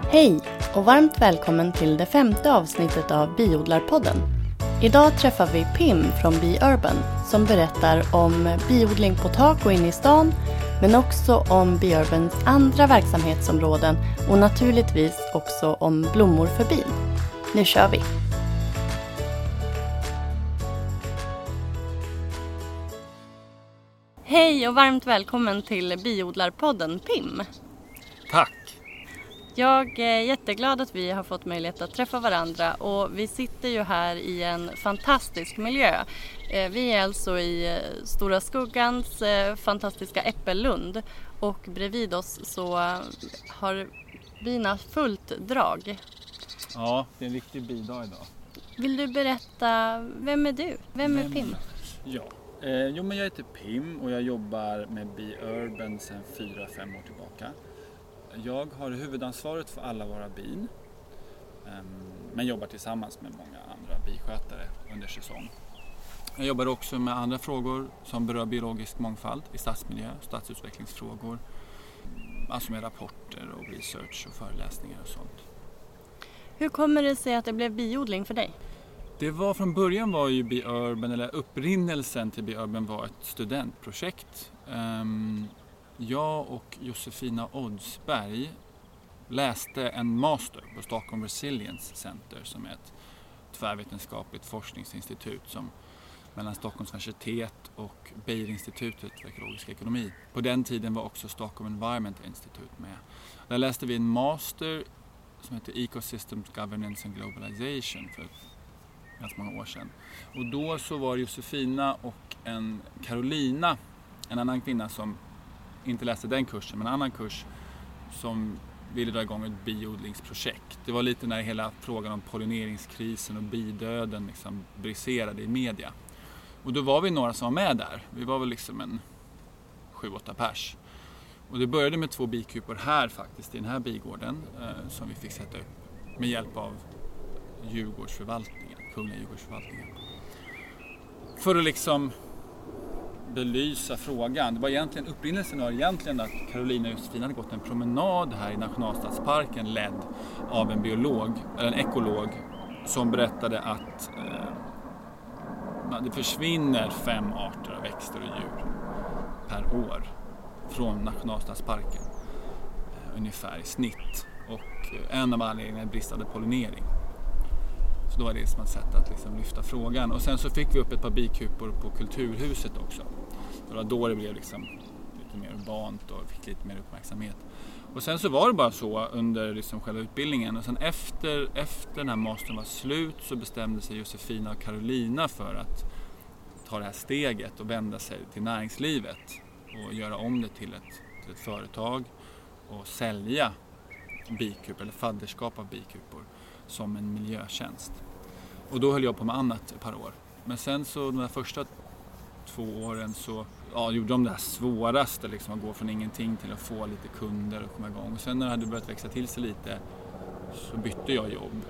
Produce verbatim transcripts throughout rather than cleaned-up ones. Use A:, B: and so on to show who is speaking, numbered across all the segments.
A: Hej och varmt välkommen till det femte avsnittet av Biodlarpodden. Idag träffar vi Pim från BeUrban som berättar om biodling på tak och inne i stan, men också om BeUrbans andra verksamhetsområden och naturligtvis också om blommor för bin. Nu kör vi! Hej och varmt välkommen till Biodlarpodden, Pim.
B: Tack!
A: Jag är jätteglad att vi har fått möjlighet att träffa varandra och vi sitter ju här i en fantastisk miljö. Vi är alltså i Stora Skuggans fantastiska Äppellund och bredvid oss så har bina fullt drag.
B: Ja, det är en riktig bidag idag.
A: Vill du berätta, vem är du? Vem, vem är Pim?
B: Ja, eh, jo men jag heter Pim och jag jobbar med BeUrban sedan fyra fem år tillbaka. Jag har huvudansvaret för alla våra bin, men jobbar tillsammans med många andra biskötare under säsong. Jag jobbar också med andra frågor som berör biologisk mångfald i stadsmiljö, stadsutvecklingsfrågor, alltså med rapporter och research och föreläsningar och sånt.
A: Hur kommer det sig att det blev biodling för dig?
B: Det var från början var ju BeUrban, eller upprinnelsen till BeUrban var ett studentprojekt. Jag och Josefina Oddsberg läste en master på Stockholm Resilience Center som är ett tvärvetenskapligt forskningsinstitut som mellan Stockholms universitet och Beijerinstitutet för ekologisk ekonomi. På den tiden var också Stockholm Environment Institute med. Där läste vi en master som heter Ecosystems Governance and Globalization för ganska många år sedan. Och då så var Josefina och en Carolina, en annan kvinna som inte läste den kursen, men en annan kurs som ville dra igång ett biodlingsprojekt. Det var lite när hela frågan om pollineringskrisen och bidöden liksom briserade i media. Och då var vi några som var med där. Vi var väl liksom en sju åtta pers. Och det började med två bikupor här faktiskt, i den här bigården eh, som vi fick sätta upp med hjälp av Djurgårdsförvaltningen, Kungliga Djurgårdsförvaltningen. För att liksom belysa frågan. Det var egentligen, upprinnelsen var egentligen att Carolina och Josefina hade gått en promenad här i Nationalstadsparken ledd av en biolog, eller en ekolog, som berättade att eh, det försvinner fem arter av växter och djur per år från Nationalstadsparken, eh, ungefär i snitt. Och en av anledningarna är bristande pollinering. Så då var det som ett sätt att liksom lyfta frågan. Och sen så fick vi upp ett par bikupor på Kulturhuset också. Det var då det blev liksom lite mer urbant och fick lite mer uppmärksamhet. Och sen så var det bara så under liksom själva utbildningen. Och sen efter, efter den här mastern var slut så bestämde sig Josefina och Carolina för att ta det här steget och vända sig till näringslivet. Och göra om det till ett, till ett företag och sälja bikupor eller fadderskap av bikupor som en miljötjänst. Och då höll jag på med annat ett par år. Men sen så de där första två åren så ja, gjorde de det här svåraste, liksom, att gå från ingenting till att få lite kunder och komma igång. Och sen när det hade börjat växa till sig lite så bytte jag jobb.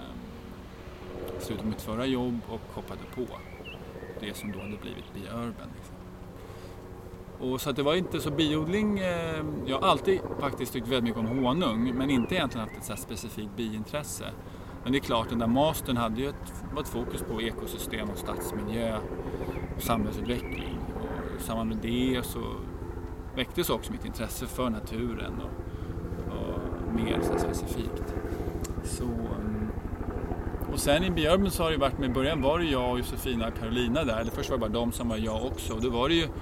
B: Eh, slutade mitt förra jobb och hoppade på det som då hade blivit BeUrban. Liksom. Och så att det var inte så biodling. Eh, jag har alltid faktiskt tyckt väldigt mycket om honung, men inte egentligen haft ett så här specifikt biintresse. Men det är klart, den där mastern hade ju ett, var ett fokus på ekosystem och stadsmiljö och samhällsutveckling. Och i samband med det så väcktes också mitt intresse för naturen och, och mer så här specifikt. Så, och sen i BeUrban så har det varit med, i början var det jag och Josefina och Carolina där. Eller först var det bara de som var jag också. Och då var det ju,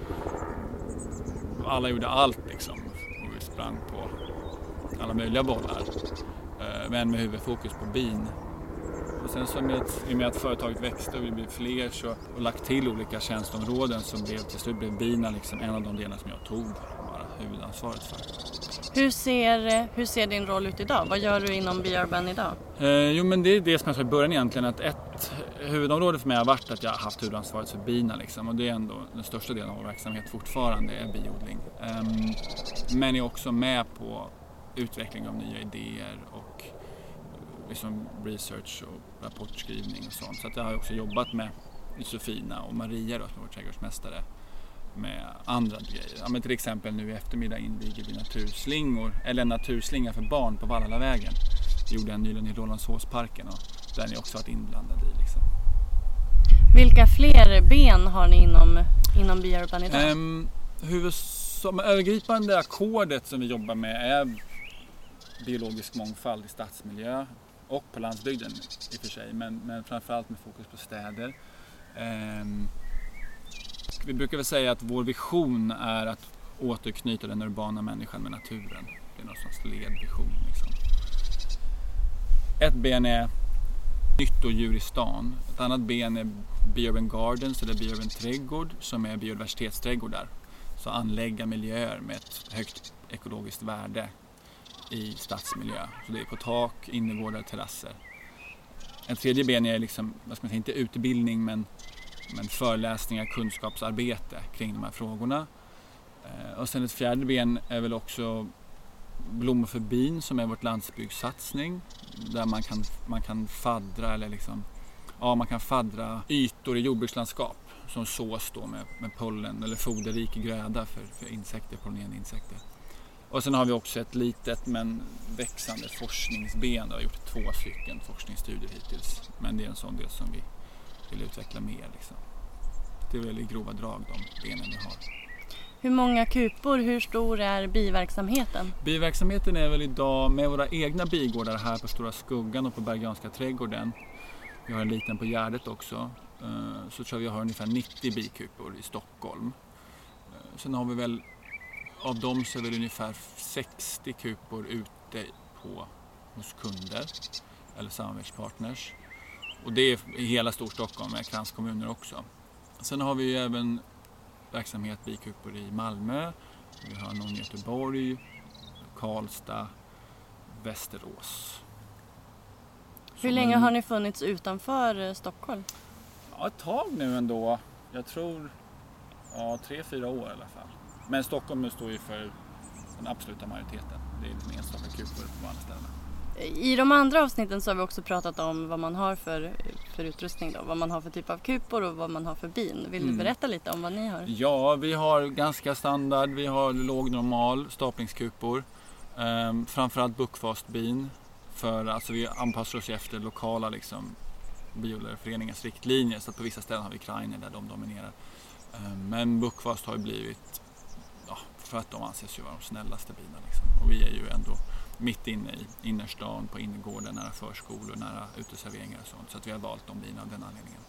B: alla gjorde allt liksom. Och vi sprang på alla möjliga bollar. Men med huvudfokus på bin. Och sen så med, i och med att företaget växte och vi blev fler så, och lagt till olika tjänstområden så blev till slut blev bina liksom en av de delar som jag tog bara huvudansvaret för.
A: Hur ser, hur ser din roll ut idag? Vad gör du inom BeUrban idag?
B: Eh, jo men det är det som jag sa i början egentligen, att ett huvudområde för mig har varit att jag har haft huvudansvaret för bina liksom, och det är ändå den största delen av vår verksamhet fortfarande är biodling. Eh, men jag är också med på utveckling av nya idéer och liksom research och rapportskrivning och sånt. Så att jag har också jobbat med Josefina och Maria då, som är vår trädgårdsmästare med andra grejer. Ja, men till exempel nu i eftermiddag inviger vi naturslingor, eller en naturslinga för barn på Vallallavägen. Vi gjorde en nyligen i Rålambshovsparken och där är ni också varit inblandade i. Liksom.
A: Vilka fler ben har ni inom, inom BiUrban idag?
B: Um, huvud, som övergripande ackordet som vi jobbar med är biologisk mångfald i stadsmiljö och på landsbygden i och för sig, men, men framförallt med fokus på städer. Um, vi brukar väl säga att vår vision är att återknyta den urbana människan med naturen. Det är någon slags ledvision. Liksom. Ett ben är nyttodjur i stan. Ett annat ben är BiUrban Gardens eller BiUrban trädgård som är biodiversitetsträdgårdar. Så anlägga miljöer med ett högt ekologiskt värde i stadsmiljö. Så det är på tak, innergårdar, terrasser. En tredje ben är liksom, vad ska man säga, inte utbildning men, men föreläsningar, kunskapsarbete kring de här frågorna. Och sen ett fjärde ben är väl också Blommor för bin som är vårt landsbygdssatsning där man kan, man kan faddra eller liksom, ja, man kan faddra ytor i jordbrukslandskap som sås då med, med pollen eller foderrik gröda för, för insekter, pollinerande insekter. Och sen har vi också ett litet men växande forskningsben. Vi har gjort två stycken forskningsstudier hittills. Men det är en sån del som vi vill utveckla mer. Liksom. Det är väl i grova drag de benen vi har.
A: Hur många kupor, hur stor är biverksamheten?
B: Biverksamheten är väl idag med våra egna bigårdar här på Stora Skuggan och på Bergianska trädgården. Vi har en liten på Gärdet också. Så tror jag vi har ungefär nittio bikupor i Stockholm. Sen har vi väl, av dem så är väl ungefär sextio kupor ute på, hos kunder eller samarbetspartners. Och det är i hela Storstockholm med kranskommuner också. Sen har vi ju även verksamhet bikupor i Malmö, vi har någon i Göteborg, Karlstad, Västerås.
A: Hur länge har ni funnits utanför Stockholm?
B: Ja, ett tag nu ändå. Jag tror ja, tre, fyra år i alla fall. Men Stockholm står ju för den absoluta majoriteten. Det är liksom enstaka kupor på andra ställena.
A: I de andra avsnitten så har vi också pratat om vad man har för, för utrustning då. Vad man har för typ av kupor och vad man har för bin. Vill du berätta lite om vad ni har?
B: Ja, vi har ganska standard. Vi har låg normal staplingskupor. Ehm, framförallt buckfastbin. För alltså vi anpassar oss efter lokala liksom, biodlarföreningens riktlinjer. Så att på vissa ställen har vi krainer där de dominerar. Ehm, men buckfast har ju blivit, ja, för att de anses ju vara de snällaste bina. Liksom. Och vi är ju ändå mitt inne i innerstan, på innergården, nära förskolor, nära uteserveringar och sånt. Så att vi har valt de bina av den anledningen.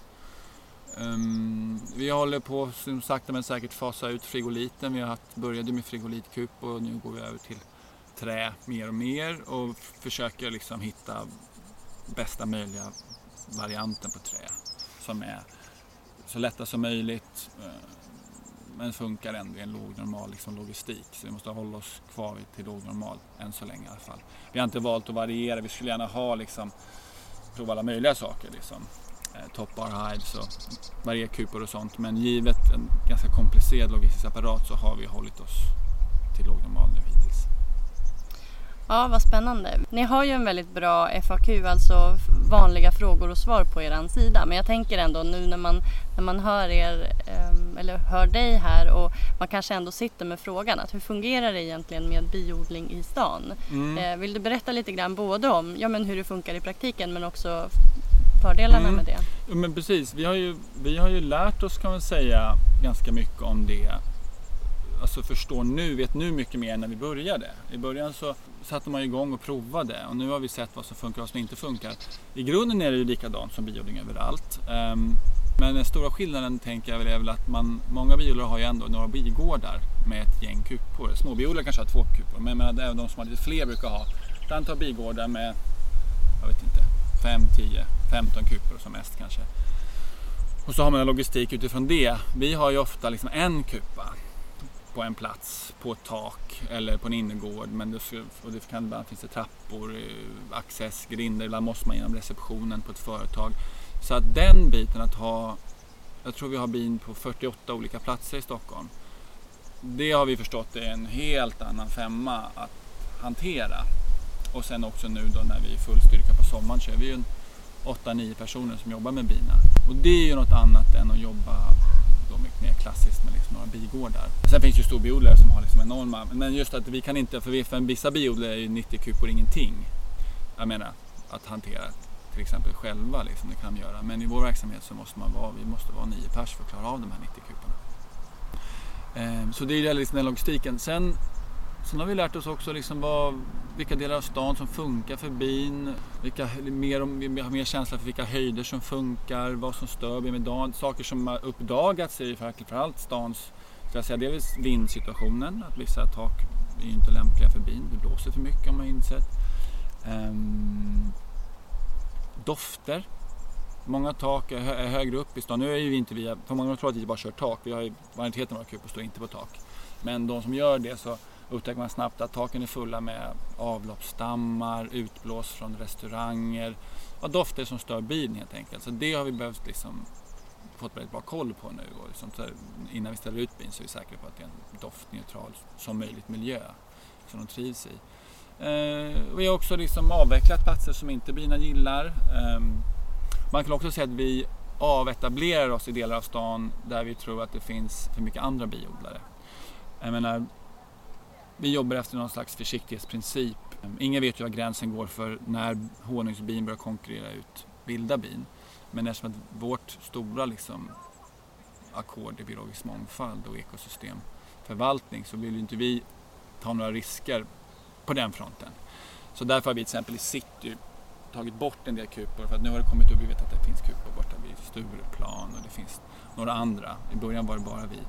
B: Um, vi håller på som sakta men säkert fasa ut frigoliten. Vi har haft, började med frigolitkup och nu går vi över till trä mer och mer. Och försöker liksom hitta bästa möjliga varianten på trä. Som är så lätta som möjligt. Men funkar ändå i en låg normal liksom, logistik. Så vi måste hålla oss kvar till låg normal än så länge i alla fall. Vi har inte valt att variera. Vi skulle gärna ha liksom, prova alla möjliga saker. Liksom. Eh, top bar hides och varierkupor och sånt. Men givet en ganska komplicerad logistisk apparat så har vi hållit oss till låg normal nu hittills.
A: Ja, vad spännande. Ni har ju en väldigt bra F A Q, alltså vanliga frågor och svar på er sida. Men jag tänker ändå nu när man, när man hör er, eller hör dig här och man kanske ändå sitter med frågan att hur fungerar det egentligen med biodling i stan? Mm. Vill du berätta lite grann både om ja, men hur det funkar i praktiken men också fördelarna mm. med det?
B: Ja, men precis, vi har, ju, vi har ju lärt oss kan man säga ganska mycket om det. Alltså förstår nu, vet nu mycket mer än när vi började. I början så satte man igång och provade och nu har vi sett vad som funkar och vad som inte funkar. I grunden är det ju likadant som biodling överallt. Um, men den stora skillnaden tänker jag väl är väl att man, många biodlare har ju ändå några bigårdar med ett gäng kupor. Små biodlare kanske har två kupor, men, men även de som har lite fler brukar ha ett antal bigårdar med, jag vet inte, fem, tio, femton kupor som mest kanske. Och så har man en logistik utifrån det. Vi har ju ofta liksom en kupa på en plats, på ett tak eller på en innergård, men det, och det kan ibland finnas det trappor, access, grinder, ibland måste man genom receptionen på ett företag. Så att den biten att ha, jag tror vi har bin på fyrtioåtta olika platser i Stockholm. Det har vi förstått är en helt annan femma att hantera. Och sen också nu då när vi är full styrka på sommaren så är vi ju en åtta nio personer som jobbar med bina. Och det är ju något annat än att jobba då med mer klassiskt med liksom några bigårdar. Sen finns ju storbiodlare som har liksom enorma, men just att vi kan inte, för, vi, för vissa biodlare är ju nittio kupor ingenting. Jag menar, att hantera till exempel själva, liksom, det kan vi göra. Men i vår verksamhet så måste man vara, vi måste vara nio pers för att klara av de här nittio kuporna. Eh, så det är liksom den logistiken. Sen, sen har vi lärt oss också liksom vad, vilka delar av stan som funkar för bin, vilka, mer, vi har mer känsla för vilka höjder som funkar, vad som stör bin med dagen. Saker som har uppdagats är framförallt stans, ska jag säga, dels vindsituationen, att vissa tak är inte lämpliga för bin, det blåser för mycket om man har insett. Um, dofter. Många tak är, hö- är högre upp i stan. Nu är ju vi inte via, för många tror att vi bara kör tak. Vi har ju majoriteten av våra kupor står inte på tak. Men de som gör det, så upptäcker man snabbt att taken är fulla med avloppsstammar, utblås från restauranger och dofter som stör bin helt enkelt. Så det har vi behövt liksom fått väldigt bra koll på nu. Och liksom så här, innan vi ställer ut bin så är vi säkra på att det är en doftneutral som möjligt miljö som de trivs i. Eh, vi har också liksom avvecklat platser som inte bina gillar. Eh, man kan också säga att vi avetablerar oss i delar av stan där vi tror att det finns för mycket andra biodlare. Jag menar, vi jobbar efter någon slags försiktighetsprincip. Ingen vet ju var gränsen går för när honungsbin börjar konkurrera ut vilda bin. Men eftersom att vårt stora liksom, ackord är biologisk mångfald och ekosystemförvaltning, så vill ju inte vi ta några risker på den fronten. Så därför har vi till exempel i city tagit bort en del kupor, för att nu har det kommit upp, vi vet att det finns kupor borta vid Stureplan och det finns några andra. I början var det bara vi.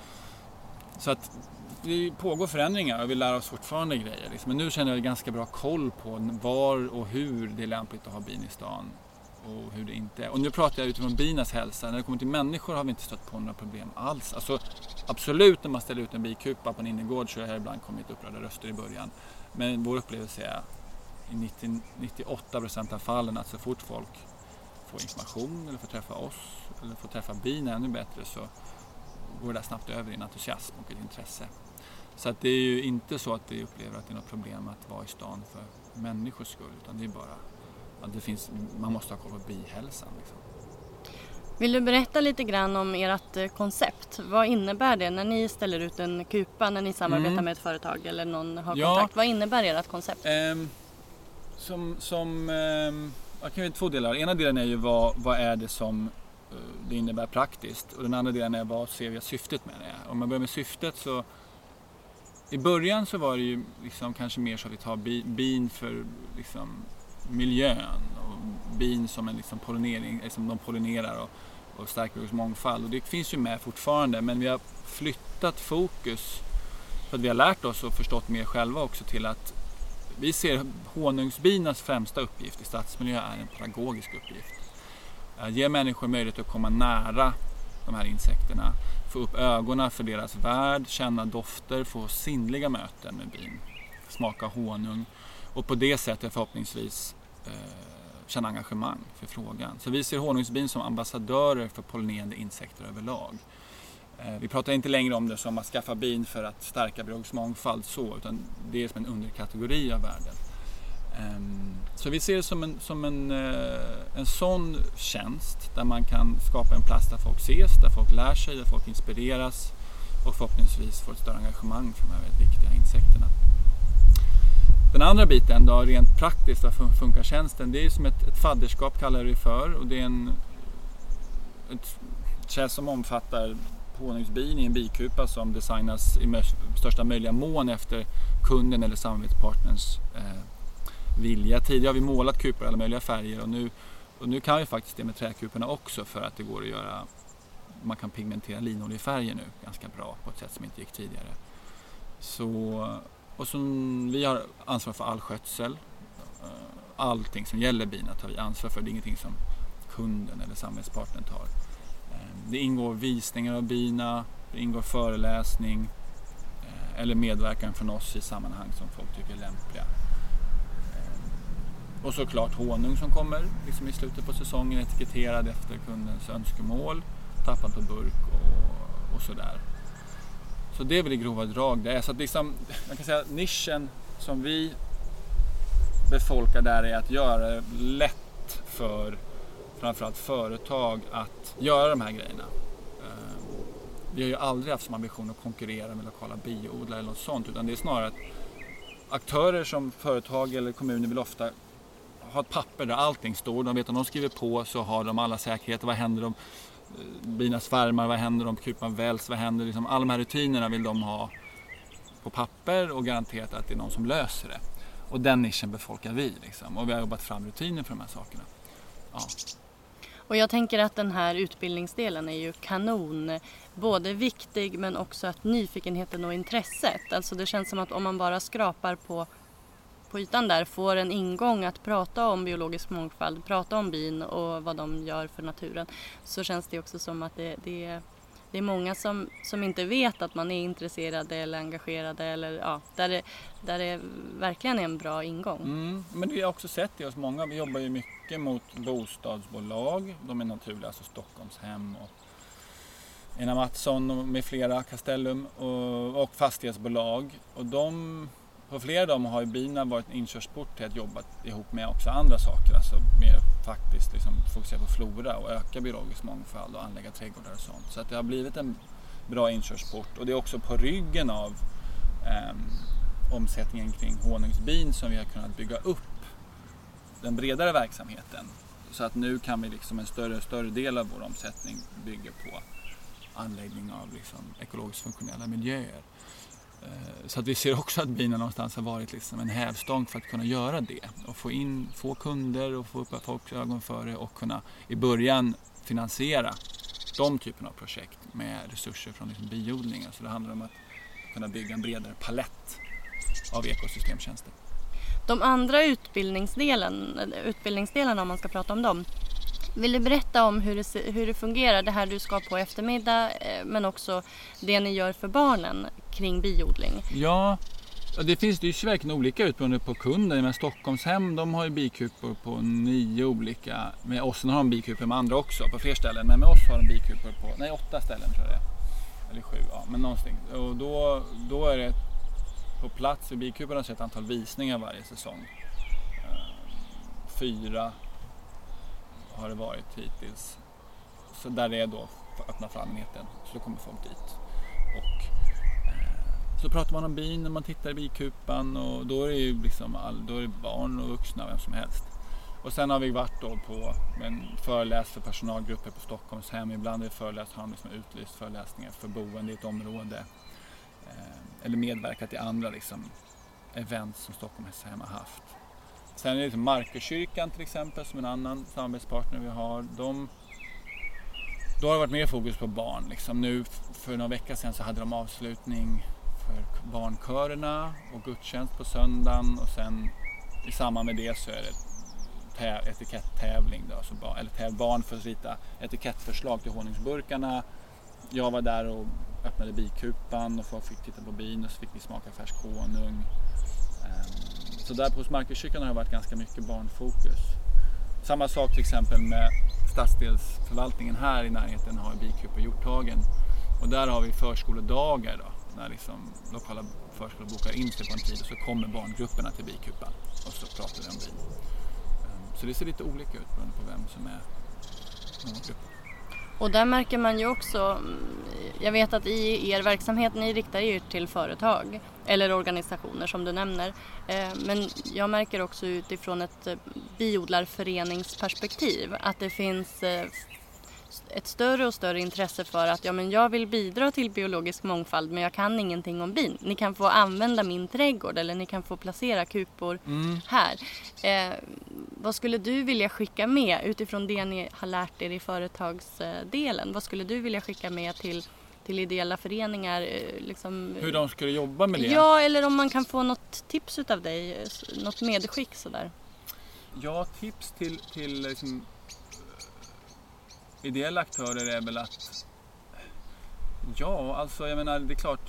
B: Så att det pågår förändringar och vi lär oss fortfarande grejer. Liksom. Men nu känner jag ganska bra koll på var och hur det är lämpligt att ha bin i stan och hur det inte är. Och nu pratar jag utifrån binas hälsa. När det kommer till människor har vi inte stött på några problem alls. Alltså, absolut, när man ställer ut en bikupa på en innergård så har det ibland kommit upprörda röster i början. Men vår upplevelse är i nittio till nittioåtta procent av fallen att så fort folk får information eller får träffa oss eller får träffa bin ännu bättre, så går det där snabbt över i en entusiasm och ett intresse. Så att det är ju inte så att vi upplever att det är något problem att vara i stan för människors skull, utan det är bara att det finns, man måste ha koll på bihälsan. Liksom.
A: Vill du berätta lite grann om ert koncept? Vad innebär det när ni ställer ut en kupa, när ni samarbetar mm. med ett företag eller någon har
B: ja.
A: kontakt? Vad innebär ert koncept?
B: Um, som, som um, jag kan ju två delar. Ena delen är ju vad, vad är det som uh, det innebär praktiskt, och den andra delen är vad ser vi att syftet med det. Om man börjar med syftet, så i början så var det ju liksom kanske mer så att vi tar bin för liksom miljön och bin som en liksom pollinering, liksom de pollinerar och, och stärker biologisk mångfald, och det finns ju med fortfarande, men vi har flyttat fokus för att vi har lärt oss och förstått mer själva också till att vi ser honungsbinas främsta uppgift i stadsmiljö är en pedagogisk uppgift. Ge människor möjlighet att komma nära de här insekterna, få upp ögonen för deras värld, känna dofter, få sinnliga möten med bin, smaka honung och på det sättet förhoppningsvis eh, känna engagemang för frågan. Så vi ser honungsbin som ambassadörer för pollinerande insekter överlag. Eh, vi pratar inte längre om det som att skaffa bin för att stärka biologisk mångfald så, utan det är som en underkategori av världen. Eh, så vi ser det som en, som en, eh, en sån tjänst där man kan skapa en plats där folk ses, där folk lär sig, där folk inspireras och förhoppningsvis får ett större engagemang för de här väldigt viktiga insekterna. Den andra biten då, rent praktiskt, vad funkar tjänsten? Det är som ett, ett fadderskap kallar det för, och det är en ett tjänst som omfattar honungsbin i en bikupa som designas i största möjliga mån efter kunden eller samarbetspartners eh, vilja. Tidigare har vi målat kupor i alla möjliga färger, och nu, och nu kan vi faktiskt det med träkuporna också, för att det går att göra, man kan pigmentera linoljefärger nu ganska bra på ett sätt som inte gick tidigare. Så Och så vi har ansvar för all skötsel. Allting som gäller bina tar vi ansvar för. Det är ingenting som kunden eller samarbetspartnern tar. Det ingår visningar av bina, det ingår föreläsning eller medverkan från oss i sammanhang som folk tycker är lämpliga. Och såklart honung som kommer liksom i slutet på säsongen, etiketterad efter kundens önskemål, tappad på burk och, och sådär. Så det är väl i grova drag det är. Så att liksom, man kan säga att nischen som vi befolkar där är att göra det lätt för framförallt företag att göra de här grejerna. vi har ju aldrig haft som ambition att konkurrera med lokala biodlare eller något sånt, utan det är snarare att aktörer som företag eller kommuner vill ofta ha ett papper där allting står. De vet att de skriver på så har de alla säkerheter. Vad händer om bina svärmar? Vad händer om kupan väls? Vad händer? Liksom, alla de här rutinerna vill de ha på papper och garanterat att det är någon som löser det. Och den nischen befolkar vi. Liksom. Och vi har jobbat fram rutiner för de här sakerna. Ja.
A: Och jag tänker att den här utbildningsdelen är ju kanon. Både viktig men också att nyfikenheten och intresset. Alltså det känns som att om man bara skrapar på, på ytan där får en ingång att prata om biologisk mångfald, prata om bin och vad de gör för naturen. Så känns det också som att det, det, är, det är många som, som inte vet att man är intresserade eller engagerade. Eller, ja, där, det, där det verkligen är en bra ingång.
B: Mm, men vi har också sett det hos många. Vi jobbar ju mycket mot bostadsbolag. De är naturliga, alltså Stockholmshem och Ena Mattsson med flera, Castellum och, och fastighetsbolag. Och de, på flera av dem har ju bina varit en inkörsport till att jobba ihop med också andra saker. Alltså mer faktiskt liksom fokusera på flora och öka biologisk mångfald och anlägga trädgårdar och sånt. Så att det har blivit en bra inkörsport. Och det är också på ryggen av eh, omsättningen kring honungsbin som vi har kunnat bygga upp den bredare verksamheten. Så att nu kan vi liksom en större större del av vår omsättning bygga på anläggning av liksom ekologiskt funktionella miljöer. Så att vi ser också att bina någonstans har varit liksom en hävstång för att kunna göra det. Och få in, få kunder och få upp folks ögon för det och kunna i början finansiera de typerna av projekt med resurser från liksom biodlingar. Så det handlar om att kunna bygga en bredare palett av ekosystemtjänster.
A: De andra utbildningsdelen, utbildningsdelarna om man ska prata om dem. Vill du berätta om hur det, hur det fungerar, det här du ska på eftermiddag men också det ni gör för barnen kring biodling?
B: Ja, det finns det ju verkligen olika utberoende på kunden. Men Stockholmshem, de har ju bikupor på nio olika, med oss har de bikupor med andra också på fler ställen. Men med oss har de bikupor på, nej åtta ställen tror jag det är. Eller sju, ja men någonstans. Och då, då är det på plats i bikuporna så ett antal visningar varje säsong. Fyra har det varit hittills. Så där det är då öppna för allmänheten. Så då kommer folk dit. Och eh, så pratar man om bin när man tittar i bikupan. Och då är det ju liksom all, då är det barn och vuxna, vem som helst. Och sen har vi varit då på en föreläs för personalgrupper på Stockholmshem. Ibland är det föreläs, har de liksom utlyst föreläsningar för boende i ett område. Eh, eller medverkat i andra liksom, event som Stockholmshem har haft. Sen är det liksom Markerkyrkan till exempel som en annan samarbetspartner vi har. De, då har det varit mer fokus på barn. Liksom nu för några veckor sedan så hade de avslutning för barnkörerna och gudstjänst på söndagen. Och sen i samband med det så är det tä- etikettävling. Då, så barn, eller täv- barn får rita etikettförslag till honungsburkarna. Jag var där och öppnade bikupan och folk fick titta på bin och så fick vi smaka färsk honung. Så där på Markerkyrkan har det varit ganska mycket barnfokus. Samma sak till exempel med stadsdelsförvaltningen här i närheten har bikup på Hjorthagen. Och där har vi förskoledagar då, när liksom lokala förskolor bokar in sig på en tid och så kommer barngrupperna till bikupan och så pratar vi om bin. Så det ser lite olika ut beroende på vem som är målgruppen.
A: Och där märker man ju också, jag vet att i er verksamhet, ni riktar er till företag eller organisationer som du nämner. Men jag märker också utifrån ett biodlarföreningsperspektiv att det finns ett större och större intresse för att ja, men jag vill bidra till biologisk mångfald men jag kan ingenting om bin. Ni kan få använda min trädgård eller ni kan få placera kupor mm. här. Eh, vad skulle du vilja skicka med utifrån det ni har lärt er i företagsdelen? Vad skulle du vilja skicka med till, till ideella föreningar? Liksom,
B: hur de skulle jobba med det?
A: Ja, eller om man kan få något tips utav dig, något medskick sådär.
B: Ja, tips till, till liksom, ideella aktörer är väl att ja, alltså jag menar det är klart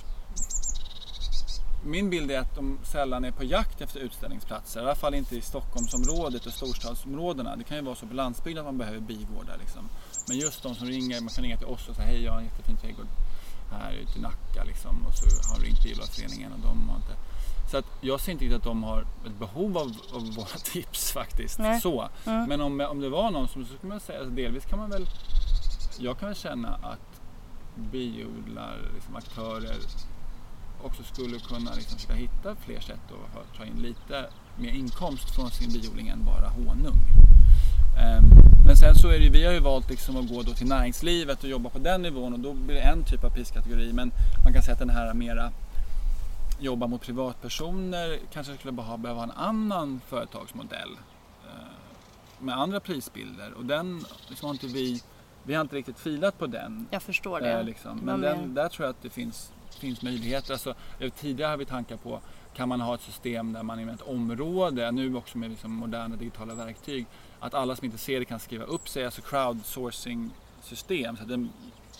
B: min bild är att de sällan är på jakt efter utställningsplatser, i alla fall inte i Stockholmsområdet och storstadsområdena. Det kan ju vara så på landsbygden att man behöver bigårdar liksom. Men just de som ringer, man kan ringa till oss och säga hej, jag har en jättefin trädgård här ute i Nacka liksom, och så har du ringt biodlarföreningen och de har inte. Så att jag ser inte att de har ett behov av, av våra tips faktiskt. Så. Mm. Men om, om det var någon som så skulle man säga, alltså delvis kan man väl, jag kan väl känna att biodlar, liksom aktörer också skulle kunna liksom försöka hitta fler sätt att ta in lite mer inkomst från sin biodling än bara honung. Um, men sen så är det, vi har ju valt liksom att gå då till näringslivet och jobba på den nivån, och då blir det en typ av priskategori, men man kan säga att den här mera jobba mot privatpersoner kanske skulle bara behöva en annan företagsmodell uh, med andra prisbilder, och den liksom har inte vi vi har inte riktigt filat på den.
A: Jag förstår det.
B: Uh, liksom. Men den, där tror jag att det finns finns möjligheter. Alltså, tidigare har vi tankar på, kan man ha ett system där man i ett område, nu också med liksom moderna digitala verktyg, att alla som inte ser det kan skriva upp sig, alltså crowdsourcing system, så att den,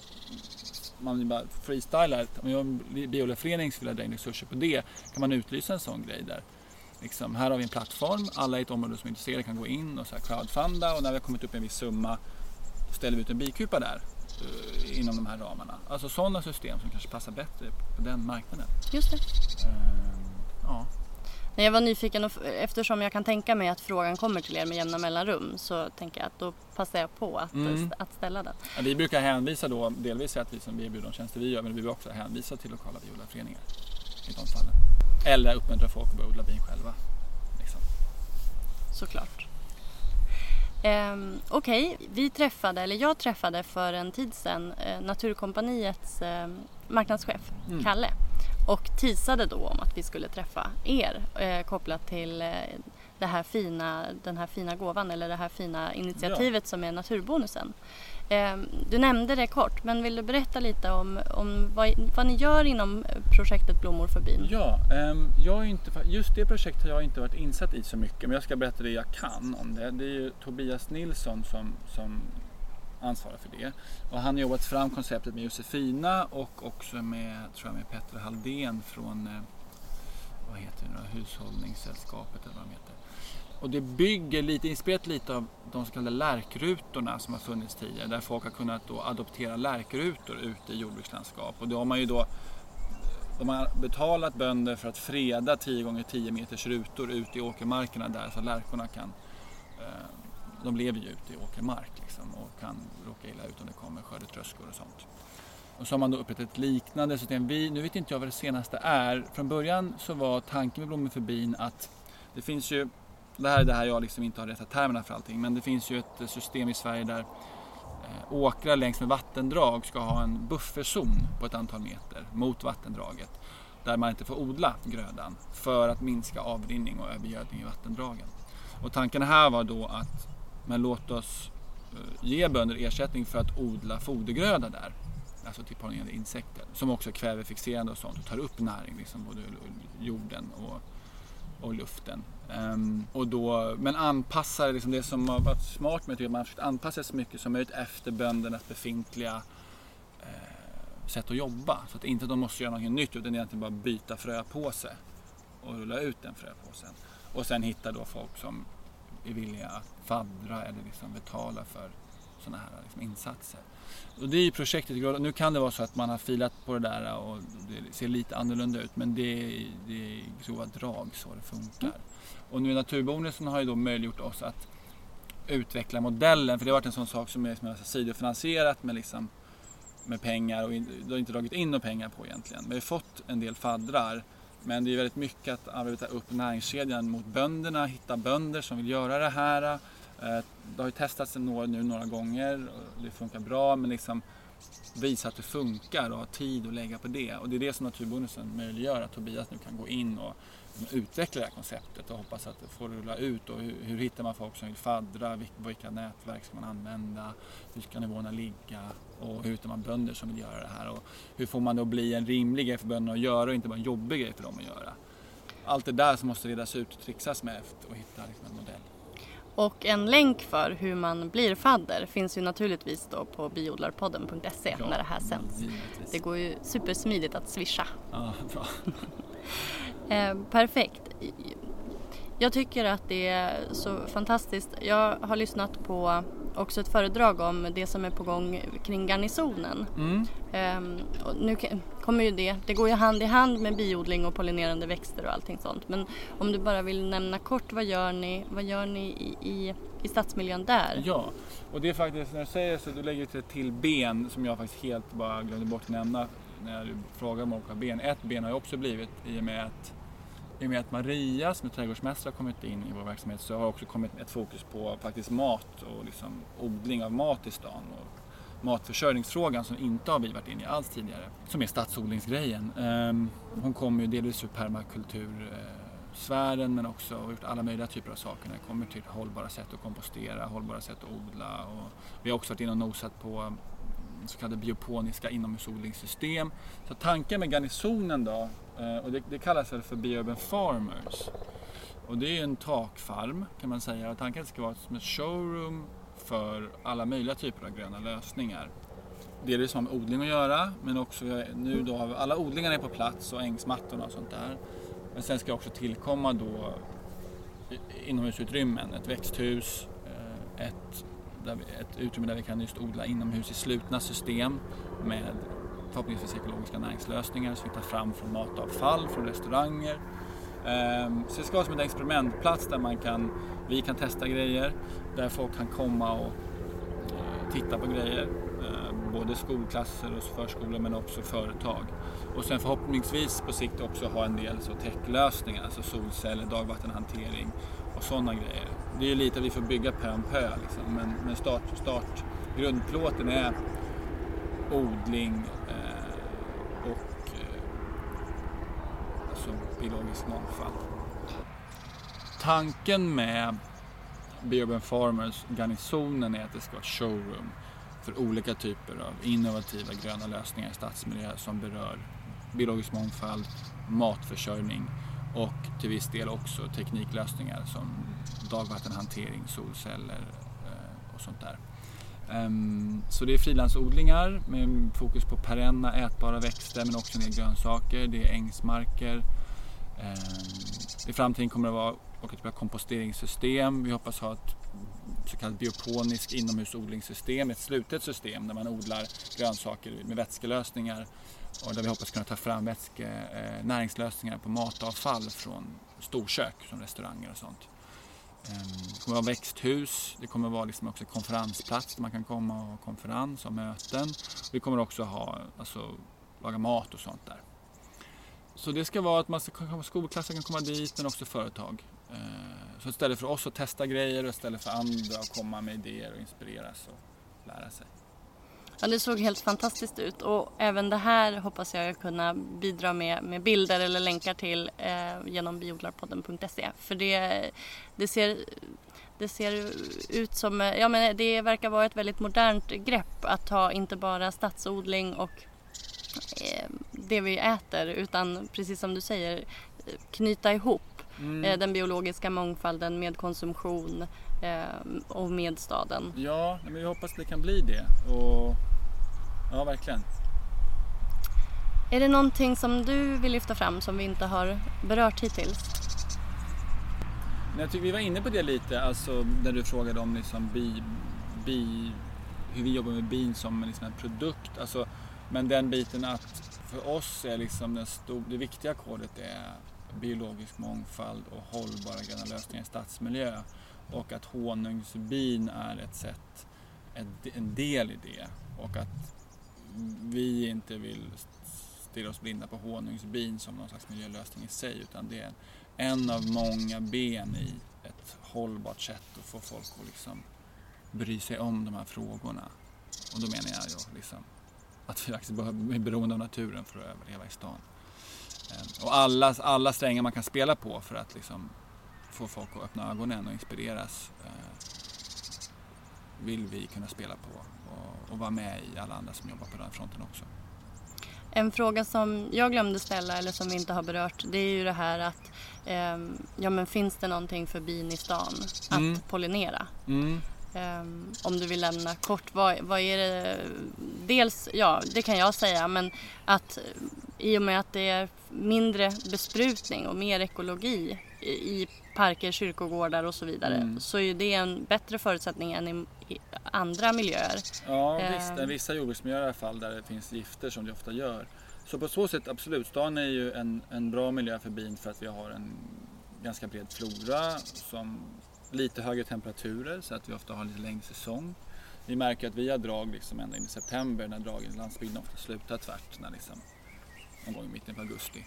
B: man bara freestylar, om jag är en biodlarförening så vill jag dra in resurser på det, kan man utlysa en sån grej där. Liksom, här har vi en plattform, alla i ett område som är intresserade kan gå in och så här crowdfunda, och när vi har kommit upp i en viss summa ställer vi ut en bikupa där uh, inom de här ramarna. Alltså sådana system som kanske passar bättre på den marknaden.
A: Just det.
B: Uh, ja.
A: När jag var nyfiken, och eftersom jag kan tänka mig att frågan kommer till er med jämna mellanrum, så tänker jag att då passar jag på att, mm. att ställa den.
B: Ja, vi brukar hänvisa då, delvis att vi som erbjuder de tjänster vi gör, men vi vill också hänvisa till lokala biodlarföreningar i de fallen. Eller uppmuntra folk att börja odla bin själva. Liksom.
A: Såklart. Um, Okej, okay. vi träffade, eller jag träffade för en tid sedan eh, Naturkompaniets eh, marknadschef, mm. Kalle. Och teasade då om att vi skulle träffa er eh, kopplat till eh, det här fina, den här fina gåvan, eller det här fina initiativet ja. som är naturbonusen. Eh, du nämnde det kort, men vill du berätta lite om, om vad, vad ni gör inom projektet Blommor för bin?
B: Ja, eh, jag är inte, just det projektet har jag inte varit insatt i så mycket, men jag ska berätta det jag kan om det. Det är ju Tobias Nilsson som, som ansvarar för det. Och han har jobbat fram konceptet med Josefina och också med, tror jag, med Petter Halldén från eh, vad heter det nu, Hushållningssällskapet eller vad de heter. Och det bygger lite, inspirerat lite av de så kallade lärkrutorna som har funnits tidigare, där folk har kunnat då adoptera lärkrutor ute i jordbrukslandskap. Och då har man ju då de har betalat bönder för att freda tio gånger tio meters rutor ute i åkermarkerna där, så lärkorna kan eh, de lever ju ute i åkermark liksom, och kan råka illa ut om det kommer skördetröskor och sånt. Och så har man då upprättat ett liknande system. Vi, nu vet inte jag vad det senaste är. Från början så var tanken med Blommor för bin att det finns ju, det här är det här jag liksom inte har rätta termerna för allting, men det finns ju ett system i Sverige där eh, åkrar längs med vattendrag ska ha en bufferzon på ett antal meter mot vattendraget, där man inte får odla grödan för att minska avrinning och övergödning i vattendragen. Och tanken här var då att men låt oss uh, ge bönder ersättning för att odla fodergröda där. Alltså till pollinerande insekter. Som också är kvävefixerande och sånt. Och tar upp näring, liksom, både jorden och, och luften. Um, och då, men anpassar liksom det som har varit smart med det. Man har anpassa så mycket som möjligt efter böndernas befintliga uh, sätt att jobba. Så att inte de måste göra något nytt, utan egentligen bara byta fröpåse. Och rulla ut den fröpåsen. Och sen hitta då folk som är villiga att faddra eller liksom betala för sådana här liksom insatser. Och det är ju projektet. Nu kan det vara så att man har filat på det där och det ser lite annorlunda ut, men det är, det är grova drag så det funkar. Mm. Och nu naturbonusen har ju då möjliggjort oss att utveckla modellen, för det har varit en sån sak som är som är sidofinansierat med, liksom, med pengar, och det har inte dragit in några pengar på egentligen. Men vi har fått en del faddrar. Men det är väldigt mycket att arbeta upp näringskedjan mot bönderna, hitta bönder som vill göra det här. Det har ju testats nu några gånger och det funkar bra, men liksom visa att det funkar och ha tid att lägga på det. Och det är det som naturbonusen möjliggör, att Tobias nu kan gå in och utveckla det här konceptet och hoppas att det får rulla ut. Och hur, hur hittar man folk som vill faddra, vilka, vilka nätverk ska man använda, hur ska nivåerna ligga och hur hittar man bönder som vill göra det här. Och hur får man då bli en rimlig grej för bönderna att göra och inte bara en jobbig grej för dem att göra. Allt det där som måste redas ut och trixas med och hitta liksom en modell.
A: Och en länk för hur man blir fadder finns ju naturligtvis då på biodlarpodden punkt se ja, när det här sänds. Givetvis. Det går ju supersmidigt att swisha.
B: Ja, bra.
A: eh, perfekt. Jag tycker att det är så fantastiskt. Jag har lyssnat på också ett föredrag om det som är på gång kring garnisonen.
B: Mm.
A: Um, och nu kommer ju det, det går ju hand i hand med biodling och pollinerande växter och allting sånt. Men om du bara vill nämna kort, vad gör ni, vad gör ni i, i, i stadsmiljön där?
B: Ja, och det är faktiskt, när du säger så, du lägger ett till ben som jag faktiskt helt bara glömde bort att nämna när du frågar om olika ben. Ett ben har ju också blivit, i och med att I och med att Maria som är trädgårdsmästare har kommit in i vår verksamhet, så har också kommit ett fokus på faktiskt mat och liksom odling av mat i stan och matförsörjningsfrågan som inte har vi varit inne i alls tidigare, som är stadsodlingsgrejen. Hon kommer ju delvis ur permakultursfären men också har gjort alla möjliga typer av saker när det kommer till hållbara sätt att kompostera, hållbara sätt att odla, och vi har också varit inne och nosat på så kallade bioponiska inomhusodlingssystem. Så tanken med garnisonen då, och det, det kallas väl för Biourban Farmers, och det är en takfarm kan man säga, och tanken ska vara som ett showroom för alla möjliga typer av gröna lösningar. Det är det som har med odling att göra, men också nu då alla odlingarna är på plats och ängsmattorna och sånt där. Men sen ska också tillkomma då inomhusutrymmen, ett växthus, ett Där vi, ett utrymme där vi kan just odla inomhus i slutna system med förhoppningsvis ekologiska näringslösningar som vi tar fram från matavfall, från restauranger. Ehm, så det ska vara som en experimentplats där man kan, vi kan testa grejer, där folk kan komma och eh, titta på grejer. Eh, både skolklasser och förskolor men också företag. Och sen förhoppningsvis på sikt också ha en del så techlösningar, alltså solceller, dagvattenhantering och sådana grejer. Det är lite att vi får bygga pö om pö liksom. men, men start, start, grundplåten är odling eh, och eh, alltså biologisk mångfald. Tanken med Biourban Farmers garnisonen är att det ska vara ett showroom för olika typer av innovativa gröna lösningar i stadsmiljö som berör biologisk mångfald, matförsörjning och till viss del också tekniklösningar som dagvattenhantering, solceller och sånt där. Så det är frilandsodlingar med fokus på perenna ätbara växter men också en del grönsaker. Det är ängsmarker. I framtiden kommer det vara ett komposteringssystem. Vi hoppas ha ett så kallat bioponiskt inomhusodlingssystem, ett slutet system där man odlar grönsaker med vätskelösningar och där vi hoppas kunna ta fram vätske, eh, näringslösningar på matavfall från storkök, från restauranger och sånt. Det kommer att vara växthus, det kommer att vara liksom också konferensplats där man kan komma och ha konferens och möten. Vi kommer också ha, alltså, laga mat och sånt där. Så det ska vara att man ska, skolklasser kan komma dit men också företag. Så istället för oss att testa grejer och istället för andra att komma med idéer och inspireras och lära sig.
A: Ja, det såg helt fantastiskt ut och även det här hoppas jag kunna bidra med, med bilder eller länkar till eh, genom biodlarpodden punkt se. För det, det, ser, det ser ut som, ja men det verkar vara ett väldigt modernt grepp att ha inte bara stadsodling och eh, det vi äter utan precis som du säger knyta ihop mm. eh, den biologiska mångfalden med konsumtion eh, och med staden.
B: Ja, men vi hoppas det kan bli det och ja, verkligen.
A: Är det någonting som du vill lyfta fram som vi inte har berört hittills?
B: Jag tycker vi var inne på det lite, alltså när du frågade om liksom bi, bi, hur vi jobbar med bin som liksom en produkt. Alltså, men den biten att för oss är liksom den stor, det viktiga kodet är biologisk mångfald och hållbara gröna lösningar i stadsmiljö. Och att honungsbin är ett sätt, en del i det. Och att vi inte vill stirra oss blinda på honungsbin som någon slags miljölösning i sig, utan det är en av många ben i ett hållbart sätt att få folk att liksom bry sig om de här frågorna. Och då menar jag ju liksom att vi faktiskt är beroende av naturen för att överleva i stan. Och alla, alla strängar man kan spela på för att liksom få folk att öppna ögonen och inspireras vill vi kunna spela på och, och vara med i alla andra som jobbar på den fronten också.
A: En fråga som jag glömde ställa eller som vi inte har berört, det är ju det här att eh, ja men finns det någonting för bin i stan att mm. pollinera?
B: Mm.
A: Um, om du vill lämna kort, vad, vad är det? Dels, ja det kan jag säga, men att i och med att det är mindre besprutning och mer ekologi i, i parker, kyrkogårdar och så vidare mm. så är det en bättre förutsättning än i, i andra miljöer.
B: Ja,
A: eh.
B: visst, vissa jordbruksmiljöer i alla fall där det finns gifter som det ofta gör. Så på så sätt absolut, stan är ju en, en bra miljö för bin för att vi har en ganska bred flora som lite högre temperaturer så att vi ofta har lite längre säsong. Vi märker att vi har drag liksom ända in i september när dragen i landsbygden ofta slutar tvärt när liksom, någon gång i mitten på augusti.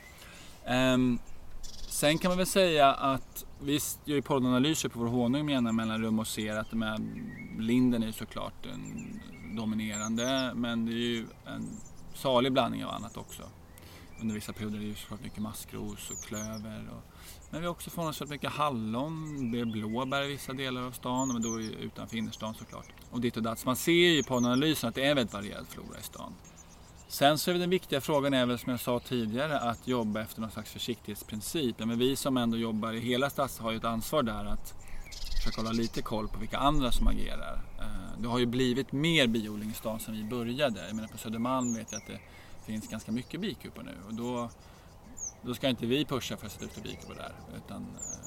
B: Um, sen kan man väl säga att vi gör ju pollanalyser på vår honung med jämna mellanrum och ser att de här linden är såklart en dominerande, men det är ju en salig blandning av annat också. Under vissa perioder är det ju såklart mycket maskros och klöver. Och, men vi har också fått så mycket hallon, blåbär i vissa delar av stan, men då är det utanför innerstan såklart. Och dit och dat. Så man ser ju på analysen att det är en väldigt varierad flora i stan. Sen så är det den viktiga frågan är väl som jag sa tidigare att jobba efter någon slags försiktighetsprincip. Men vi som ändå jobbar i hela stads har ju ett ansvar där att försöka hålla lite koll på vilka andra som agerar. Det har ju blivit mer biodling i stan som vi började. Jag menar på Södermalm vet jag att det finns ganska mycket bikupor nu och då, då ska inte vi pusha för att sätta ut bikupor där. Utan,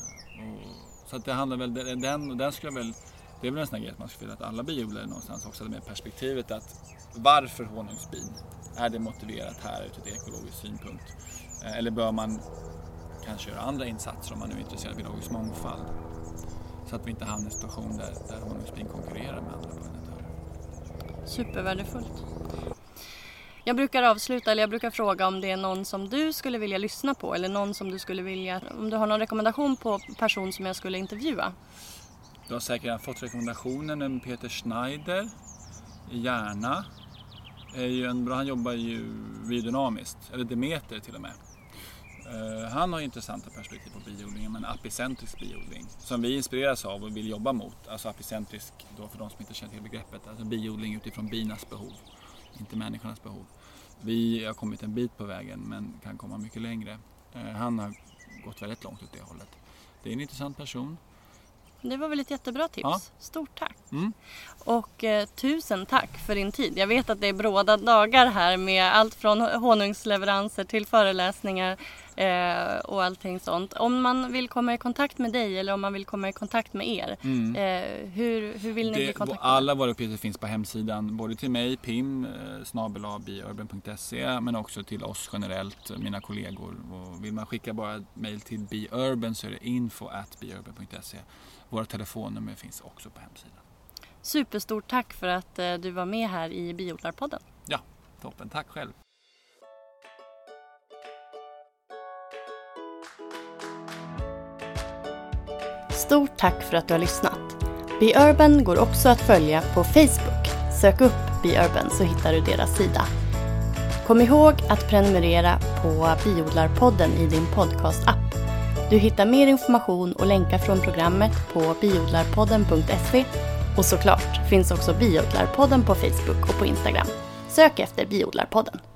B: och, så att det handlar väl, den, och den skulle väl, det är väl en sån här grej att man ska vilja att alla biodlare någonstans också hade med perspektivet att varför honungsbin? Är det motiverat här ur ett ekologisk synpunkt? Eller bör man kanske göra andra insatser om man nu är intresserad av biologisk mångfald? Så att vi inte hamnar i en situation där, där honungsbin konkurrerar med andra pollinatörer.
A: Supervärdefullt. Jag brukar avsluta, eller jag brukar fråga om det är någon som du skulle vilja lyssna på eller någon som du skulle vilja, om du har någon rekommendation på person som jag skulle intervjua.
B: Du har säkert fått rekommendationen med Peter Schneider i Järna. Är ju en bra, han jobbar ju biodynamiskt, eller Demeter till och med. Uh, han har intressanta perspektiv på biodlingen, men apicentrisk biodling som vi inspireras av och vill jobba mot. Alltså apicentrisk, då för de som inte känner till begreppet, alltså biodling utifrån binas behov, inte människornas behov. Vi har kommit en bit på vägen men kan komma mycket längre. Uh, han har gått väldigt långt åt det hållet. Det är en intressant person.
A: Det var väl ett jättebra tips.
B: Ja.
A: Stort tack.
B: Mm.
A: Och eh, tusen tack för din tid. Jag vet att det är bråda dagar här med allt från honungsleveranser till föreläsningar eh, och allting sånt. Om man vill komma i kontakt med dig eller om man vill komma i kontakt med er,
B: Mm.
A: eh, hur, hur vill ni
B: det,
A: bli kontaktade?
B: Alla våra uppgifter finns på hemsidan, både till mig, pim, snabel-a biurban punkt se, men också till oss generellt, mina kollegor. Och vill man skicka bara mejl till biurban så är det info at biurban punkt se. Våra telefonnummer finns också på hemsidan.
A: Superstort tack för att eh, du var med här i Biodlarpodden.
B: Ja, toppen. Tack själv.
A: Stort tack för att du har lyssnat. Biurban går också att följa på Facebook. Sök upp Biurban så hittar du deras sida. Kom ihåg att prenumerera på Biodlarpodden i din podcast-app. Du hittar mer information och länkar från programmet på biodlarpodden punkt se och såklart finns också Biodlarpodden på Facebook och på Instagram. Sök efter Biodlarpodden.